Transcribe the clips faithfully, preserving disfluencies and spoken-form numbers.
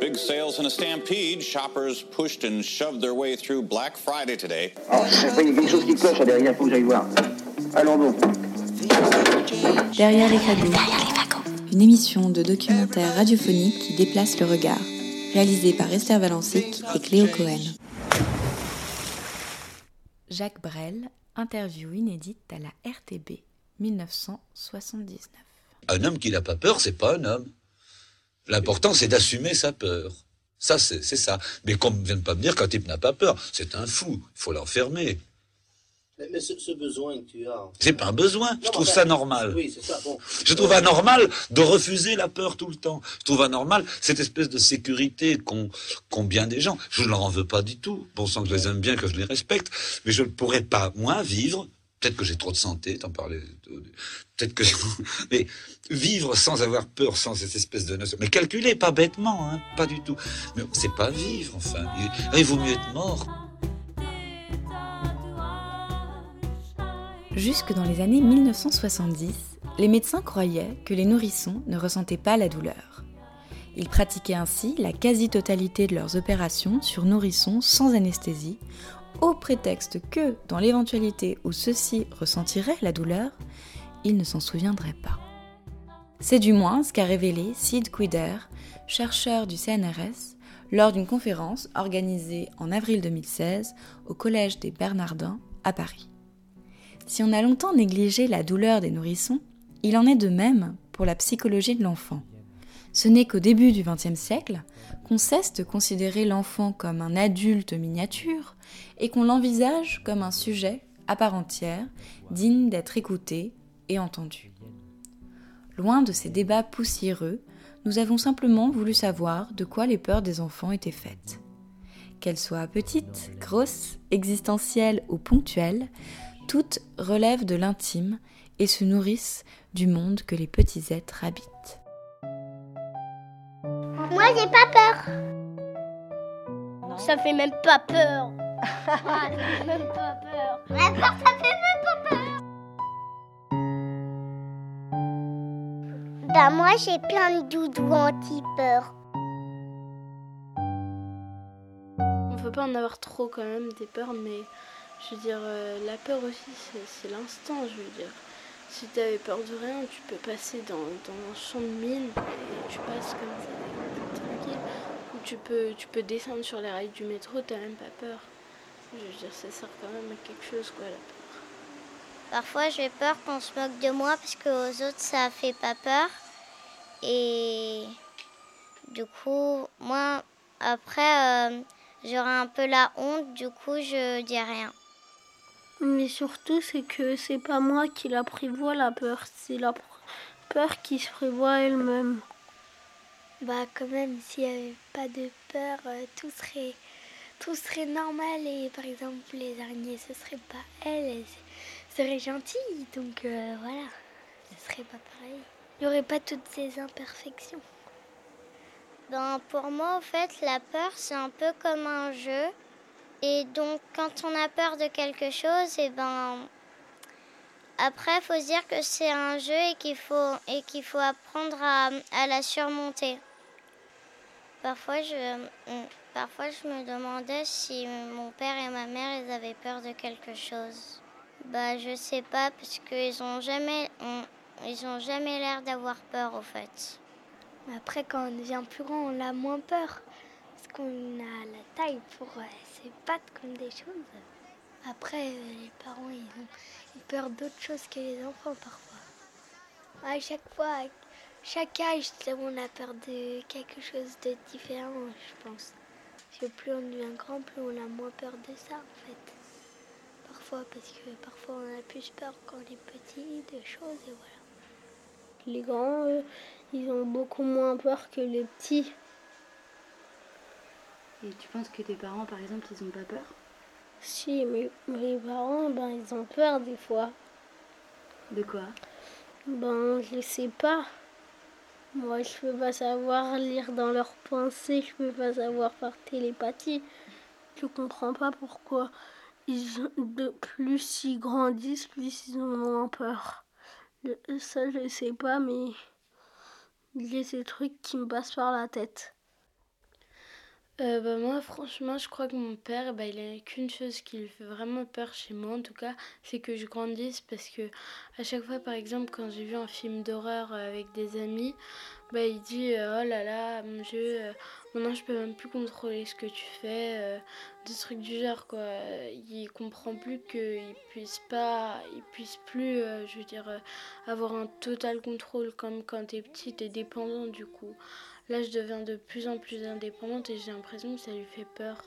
Big sales in a stampede. Shoppers pushed and shoved their way through Black Friday today. Alors, je sais pas, il y a quelque chose qui cloche derrière, il faut que j'aille voir. Allons donc. Derrière les fagots. Une émission de documentaire radiophonique qui déplace le regard. Réalisée par Esther Valancic et Cléo Cohen. Jacques Brel, interview inédite à la R T B, dix-neuf cent soixante-dix-neuf. Un homme qui n'a pas peur, c'est pas un homme. L'important, c'est d'assumer sa peur. Ça, c'est, c'est ça. Mais qu'on ne vienne pas me dire qu'un type n'a pas peur. C'est un fou. Il faut l'enfermer. Mais, mais ce, ce besoin que tu as... C'est pas un besoin. Je non, trouve ben, ça normal. Oui, c'est ça. Bon. Je trouve anormal de refuser la peur tout le temps. Je trouve anormal cette espèce de sécurité qu'ont, qu'ont bien des gens. Je ne leur en veux pas du tout. Bon sang que je les aime bien, que je les respecte. Mais je ne pourrais pas, moi, vivre... Peut-être que j'ai trop de santé, t'en parlais. Peut-être que... Mais vivre sans avoir peur, sans cette espèce de notion... Mais calculer, pas bêtement, hein, pas du tout. Mais c'est pas vivre, enfin. Il, il vaut mieux être mort. Jusque dans les années dix-neuf cent soixante-dix, les médecins croyaient que les nourrissons ne ressentaient pas la douleur. Ils pratiquaient ainsi la quasi-totalité de leurs opérations sur nourrissons sans anesthésie, au prétexte que, dans l'éventualité où ceux-ci ressentiraient la douleur, ils ne s'en souviendraient pas. C'est du moins ce qu'a révélé Sid Quider, chercheur du C N R S, lors d'une conférence organisée en avril deux mille seize au Collège des Bernardins à Paris. Si on a longtemps négligé la douleur des nourrissons, il en est de même pour la psychologie de l'enfant. Ce n'est qu'au début du vingtième siècle qu'on cesse de considérer l'enfant comme un adulte miniature et qu'on l'envisage comme un sujet à part entière, digne d'être écouté et entendu. Loin de ces débats poussiéreux, nous avons simplement voulu savoir de quoi les peurs des enfants étaient faites. Qu'elles soient petites, grosses, existentielles ou ponctuelles, toutes relèvent de l'intime et se nourrissent du monde que les petits êtres habitent. Moi, j'ai pas peur. Non. Ça fait même pas peur. Ah, ça fait même pas peur. La peur, ça fait même pas peur. Bah moi, j'ai plein de doudous anti-peur. On peut pas en avoir trop quand même des peurs, mais je veux dire, euh, la peur aussi, c'est, c'est l'instant, je veux dire. Si t'avais peur de rien, tu peux passer dans, dans un champ de mine et tu passes comme ça, tranquille. Ou tu peux, tu peux descendre sur les rails du métro, t'as même pas peur. Je veux dire, ça sert quand même à quelque chose, quoi, la peur. Parfois, j'ai peur qu'on se moque de moi parce qu'aux autres, ça fait pas peur. Et du coup, moi, après, euh, j'aurai un peu la honte, du coup, je dis rien. Mais surtout, c'est que c'est pas moi qui la prévoit, la peur. C'est la peur qui se prévoit elle-même. Bah quand même, s'il n'y avait pas de peur, euh, tout serait, tout serait normal. Et par exemple, les araignées, ce serait pas elles, elles seraient gentilles. Donc euh, voilà, ce serait pas pareil. Il n'y aurait pas toutes ces imperfections. Ben, pour moi, en fait, la peur, c'est un peu comme un jeu. Et donc, quand on a peur de quelque chose, et ben, après, il faut se dire que c'est un jeu et qu'il faut, et qu'il faut apprendre à, à la surmonter. Parfois je, parfois, je me demandais si mon père et ma mère, ils avaient peur de quelque chose. Bah, je sais pas, parce qu'ils ont jamais, on, ils ont jamais l'air d'avoir peur, au fait. Après, quand on devient plus grand, on a moins peur. Parce qu'on a la taille pour euh, se battre contre des choses. Après, euh, les parents, ils ont, ils ont peur d'autres choses que les enfants, parfois. À chaque fois, à chaque âge, on a peur de quelque chose de différent, je pense. Parce que plus on devient grand, plus on a moins peur de ça, en fait. Parfois, parce que parfois, on a plus peur quand on est petit, de choses, et voilà. Les grands, eux, ils ont beaucoup moins peur que les petits. Et tu penses que tes parents, par exemple, ils ont pas peur ? Si, mais mes parents, ben, ils ont peur des fois. De quoi ? Ben, je sais pas. Moi, je peux pas savoir lire dans leurs pensées, je peux pas savoir par télépathie. Je comprends pas pourquoi ils, de plus ils grandissent, plus ils ont moins peur. Je, ça, je sais pas, mais j'ai ces trucs qui me passent par la tête. Euh, bah moi franchement je crois que mon père bah, il a qu'une chose qui lui fait vraiment peur chez moi en tout cas, c'est que je grandisse, parce que à chaque fois par exemple quand j'ai vu un film d'horreur avec des amis, bah il dit euh, oh là là mon Dieu, euh, maintenant je peux même plus contrôler ce que tu fais, euh, des trucs du genre quoi. Il comprend plus qu'il puisse pas, il puisse plus euh, je veux dire euh, avoir un total contrôle comme quand t'es petit, t'es dépendant du coup. Là, je deviens de plus en plus indépendante et j'ai l'impression que ça lui fait peur.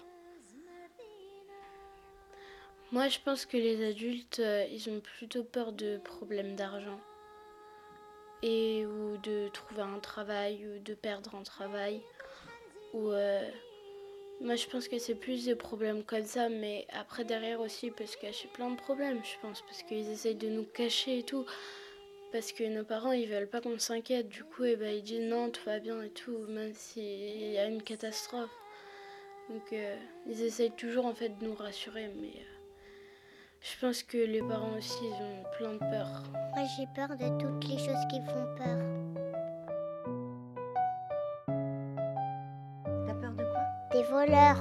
Moi, je pense que les adultes, euh, ils ont plutôt peur de problèmes d'argent. Et ou de trouver un travail, ou de perdre un travail. Ou, euh, moi, je pense que c'est plus des problèmes comme ça, mais après, derrière aussi, il peut se cacher plein de problèmes, je pense, parce qu'ils essayent de nous cacher et tout. Parce que nos parents, ils veulent pas qu'on s'inquiète. Du coup, eh ben, ils disent non, tout va bien et tout, même s'il y a une catastrophe. Donc, euh, ils essayent toujours, en fait, de nous rassurer. Mais euh, je pense que les parents aussi, ils ont plein de peur. Moi, j'ai peur de toutes les choses qui font peur. T'as peur de quoi? Des voleurs.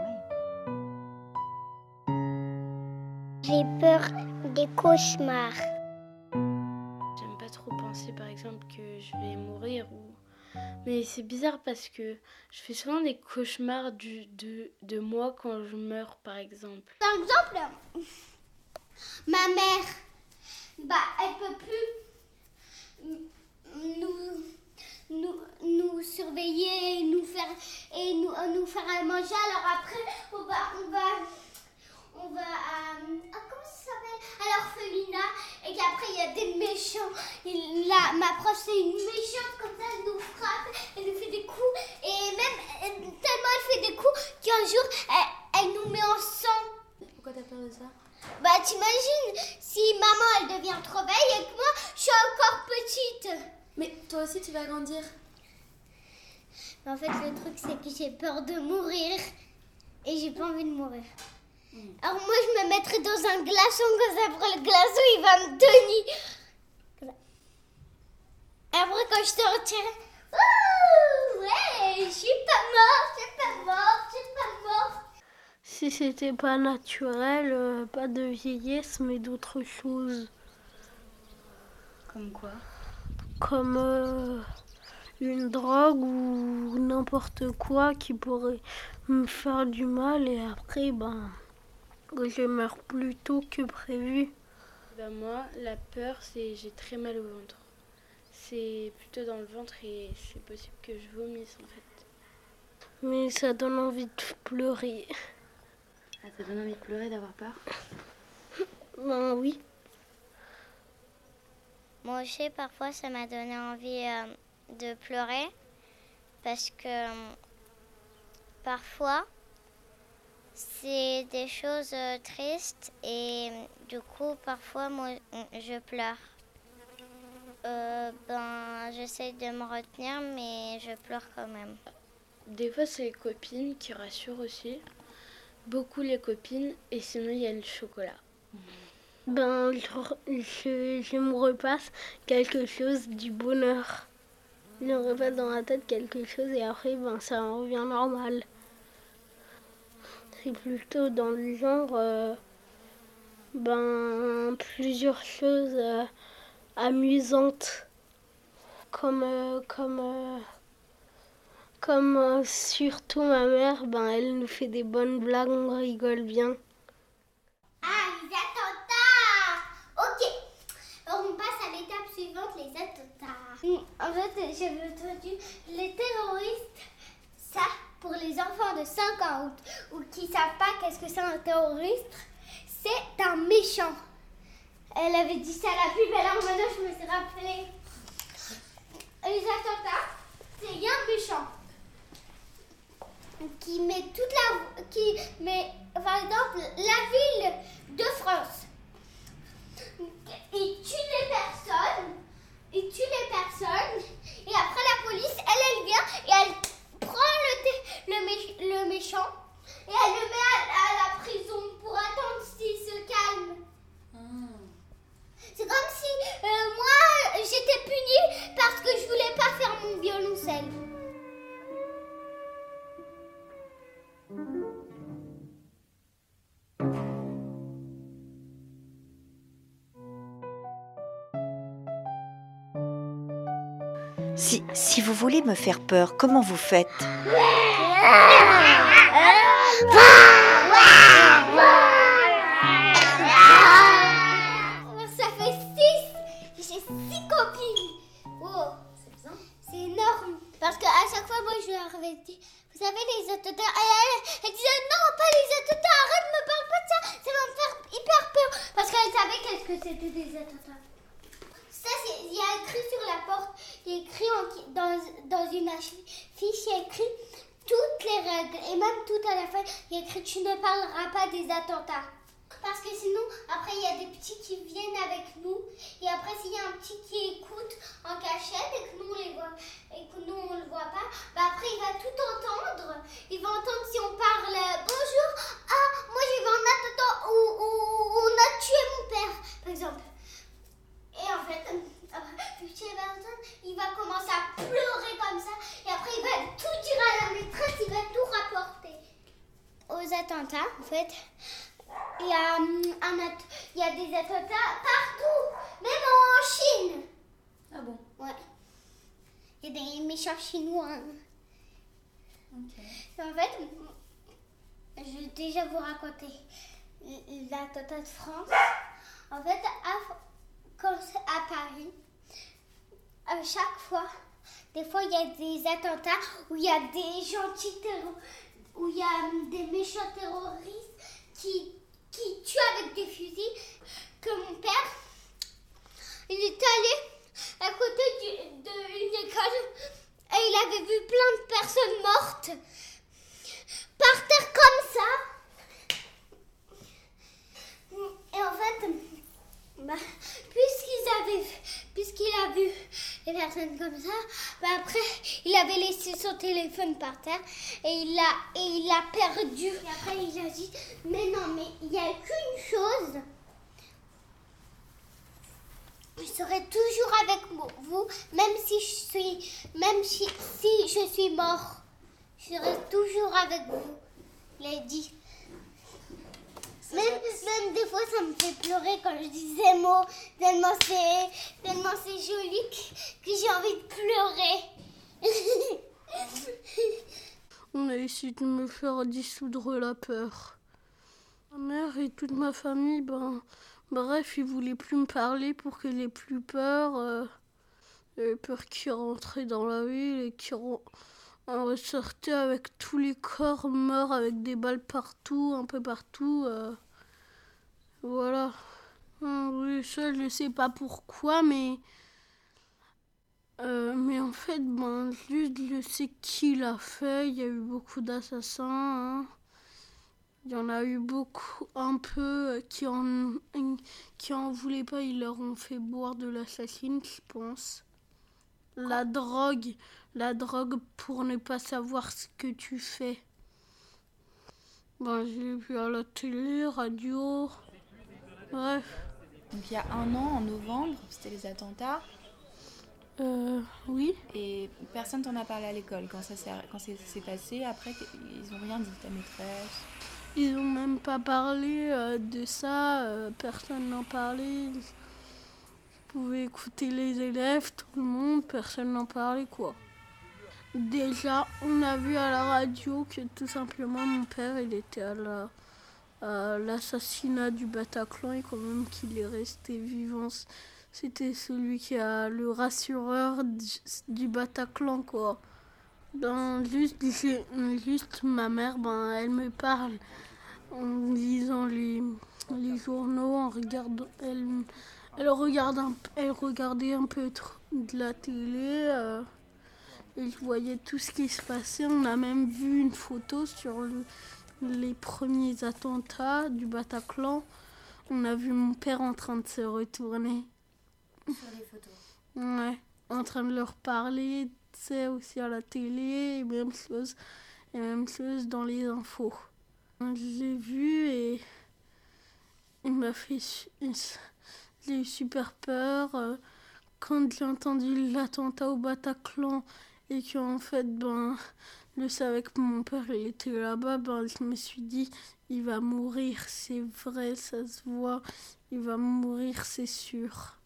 Ah ouais. J'ai peur des cauchemars. J'aime pas trop penser par exemple que je vais mourir ou... Mais c'est bizarre parce que je fais souvent des cauchemars du, de, de moi quand je meurs par exemple. Par exemple, ma mère, bah elle peut plus nous, nous, nous surveiller et nous faire, et nous, nous faire à manger. Alors après, on va... On va On va à... Ah, comment ça s'appelle? À l'orphelinat. Et qu'après, il y a des méchants. Et là, ma prof, c'est une méchante. Comme ça, elle nous frappe. Elle nous fait des coups. Et même, elle, tellement elle fait des coups qu'un jour, elle, elle nous met en sang. Pourquoi t'as peur de ça? Bah, t'imagines, si maman, elle devient trop vieille et que moi, je suis encore petite. Mais toi aussi, tu vas grandir. Mais en fait, le truc, c'est que j'ai peur de mourir. Et j'ai pas envie de mourir. Alors moi, je me mettrais dans un glaçon, comme ça, après le glaçon, il va me tenir. Et après, quand je sortirai, ouh, ouais, je suis pas morte, je suis pas morte, je suis pas morte. Si c'était pas naturel, euh, pas de vieillesse, mais d'autres choses. Comme quoi? Comme euh, une drogue ou n'importe quoi qui pourrait me faire du mal et après, ben... que je meurs plus tôt que prévu. Ben moi, la peur, c'est j'ai très mal au ventre. C'est plutôt dans le ventre et c'est possible que je vomisse en fait. Mais ça donne envie de pleurer. Ah, ça donne envie de pleurer, d'avoir peur? Ben oui. Moi aussi, parfois, ça m'a donné envie euh, de pleurer. Parce que euh, parfois... c'est des choses euh, tristes et du coup parfois moi je pleure. Euh, ben j'essaie de me retenir mais je pleure quand même. Des fois c'est les copines qui rassurent aussi. Beaucoup les copines et sinon il y a le chocolat. Ben je, je, je me repasse quelque chose du bonheur. Je me repasse dans la tête quelque chose et après ben ça revient normal. C'est plutôt dans le genre, euh, ben, plusieurs choses euh, amusantes, comme, euh, comme, euh, comme euh, surtout ma mère, ben, elle nous fait des bonnes blagues, on rigole bien. Ah, les attentats! Ok, alors on passe à l'étape suivante, les attentats. En fait, j'avais entendu les terroristes, ça... pour les enfants de cinq ans ou, ou qui ne savent pas qu'est-ce que c'est un terroriste, c'est un méchant. Elle avait dit ça à la pub, alors maintenant je me suis rappelé. Les attentats, c'est un méchant qui met toute la... qui met, par exemple, la ville de France. Il tue les personnes, il tue les personnes, et après la police, elle, elle vient et elle... prend le, le, mé- le méchant et elle le met à, à la prison pour attendre s'il se calme. Mm. C'est comme si euh, moi j'étais punie parce que je voulais pas faire mon violoncelle. Si, si vous voulez me faire peur, comment vous faites ? Ça fait six. J'ai six copines. Oh, c'est bien. C'est énorme. Parce qu'à chaque fois, moi, je leur avais dit, vous savez, les attentats. Elle, elle, elle disait, non, pas les attentats, arrête, me parle pas de ça. Ça va me faire hyper peur. Parce qu'elle savait qu'est-ce que c'était des attentats. Ça, il y a écrit sur la porte, il y a écrit en, dans, dans une fiche, il y a écrit toutes les règles. Et même tout à la fin, il y a écrit, tu ne parleras pas des attentats. Parce que sinon, après, il y a des petits qui viennent avec nous. Et après, s'il y a un petit qui écoute en cachette et que nous, on les voit, et que nous, on le voit pas, bah après, il va tout entendre. Il va entendre si on parle euh, bonjour. Ah, moi, j'ai vu un attentat où, où, où on a tué mon père, par exemple. Et en fait, après, le petit personne, il va commencer à pleurer comme ça. Et après, il va tout dire à la maîtresse, il va tout rapporter. Aux attentats, en fait, il y a, un att- il y a des attentats partout, même en Chine. Ah bon? Ouais. Il y a des méchants Chinois. Ok. Et en fait, je vais déjà vous raconter l'attentat de France. En fait, à, quand c'est à Paris, à chaque fois, des fois, il y a des attentats où il y a des gentils terroristes, où il y a des méchants terroristes qui, qui tuent avec des fusils. Que mon père, il est allé à côté d'une école et il avait vu plein de personnes mortes par terre comme ça. Et en fait, bah, puisqu'ils avaient, puisqu'il a vu les personnes comme ça, bah après, il avait laissé son téléphone par terre et il l'a et il l'a perdu. Et après, il a dit, mais non, mais il n'y a qu'une chose. Je serai toujours avec vous, même si je suis, même si, si je suis mort. Je serai toujours avec vous. Il a dit. Même, même des fois, ça me fait pleurer quand je dis ces mots, tellement c'est, tellement c'est joli que, que j'ai envie de pleurer. On a essayé de me faire dissoudre la peur. Ma mère et toute ma famille, ben, bref, ils voulaient plus me parler pour que j'ai plus peur. Euh, j'avais peur qu'ils rentraient dans la ville et qu'ils re- ressortaient avec tous les corps morts, avec des balles partout, un peu partout. Euh, voilà. Hum, oui, ça, je sais pas pourquoi, mais... Euh, mais en fait, ben, juste je sais qui l'a fait. Il y a eu beaucoup d'assassins. Hein. Il y en a eu beaucoup, un peu, qui en, qui en voulaient pas. Ils leur ont fait boire de l'assassin, je pense. La drogue, la drogue pour ne pas savoir ce que tu fais. Ben, j'ai vu à la télé, radio, bref. Donc il y a un an, en novembre, c'était les attentats. Euh, oui. Et personne t'en a parlé à l'école quand ça s'est, quand c'est, c'est passé. Après, ils ont rien dit, ta maîtresse. Ils ont même pas parlé euh, de ça. Euh, personne n'en parlait. Vous pouvez écouter les élèves, tout le monde. Personne n'en parlait, quoi. Déjà, on a vu à la radio que tout simplement mon père, il était à, la, à l'assassinat du Bataclan et quand même qu'il est resté vivant. C'était celui qui a le rassureur du, du Bataclan, quoi. Ben, juste, juste ma mère, ben, elle me parle en lisant les, les journaux, en regardant, elle, elle, regarde un, elle regardait un peu de la télé euh, et je voyais tout ce qui se passait. On a même vu une photo sur le, les premiers attentats du Bataclan. On a vu mon père en train de se retourner. Sur les photos. Ouais, en train de leur parler, tu sais, aussi à la télé, et même chose, et même chose dans les infos. Je l'ai vu et il m'a fait, j'ai eu super peur. Quand j'ai entendu l'attentat au Bataclan et qu'en fait, ben, je savais que mon père il était là-bas, ben, je me suis dit, il va mourir, c'est vrai, ça se voit, il va mourir, c'est sûr.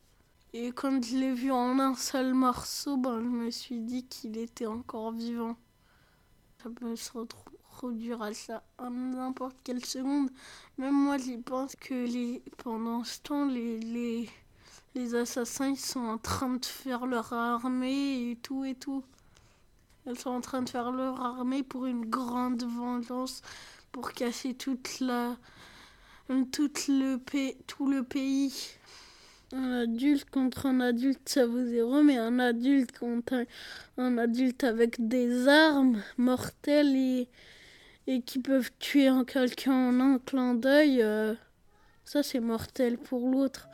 Et quand je l'ai vu en un seul morceau, ben, je me suis dit qu'il était encore vivant. Ça peut se reproduire à ça à n'importe quelle seconde. Même moi, j'y pense que les, pendant ce temps, les, les, les assassins ils sont en train de faire leur armée et tout et tout. Ils sont en train de faire leur armée pour une grande vengeance, pour casser toute la, toute le, tout le pays. Un adulte contre un adulte, ça vaut zéro, mais un adulte contre un, un adulte avec des armes mortelles et, et qui peuvent tuer un quelqu'un en un clin d'œil, euh, ça c'est mortel pour l'autre.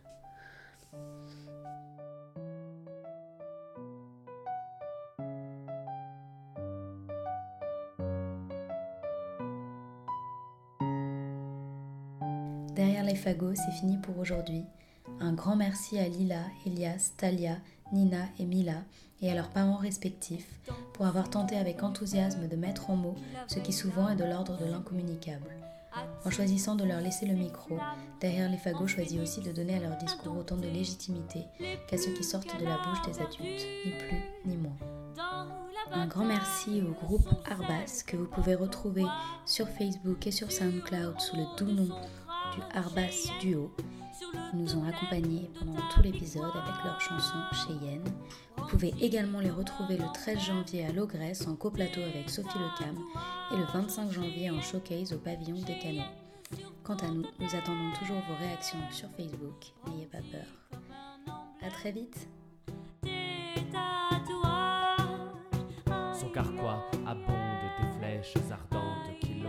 Derrière les fagots, c'est fini pour aujourd'hui. Un grand merci à Lila, Elias, Talia, Nina et Mila et à leurs parents respectifs pour avoir tenté avec enthousiasme de mettre en mots ce qui souvent est de l'ordre de l'incommunicable. En choisissant de leur laisser le micro, Derrière les fagots choisit aussi de donner à leur discours autant de légitimité qu'à ceux qui sortent de la bouche des adultes, ni plus ni moins. Un grand merci au groupe Arbas que vous pouvez retrouver sur Facebook et sur SoundCloud sous le doux nom du Arbas Duo. Ils nous ont accompagnés pendant tout l'épisode avec leur chanson Cheyenne. Vous pouvez également les retrouver le treize janvier à Logresse en coplateau avec Sophie Lecam et le vingt-cinq janvier en showcase au pavillon des Canaux. Quant à nous, nous attendons toujours vos réactions sur Facebook. N'ayez pas peur. À très vite. Son carquois abonde des flèches ardentes qui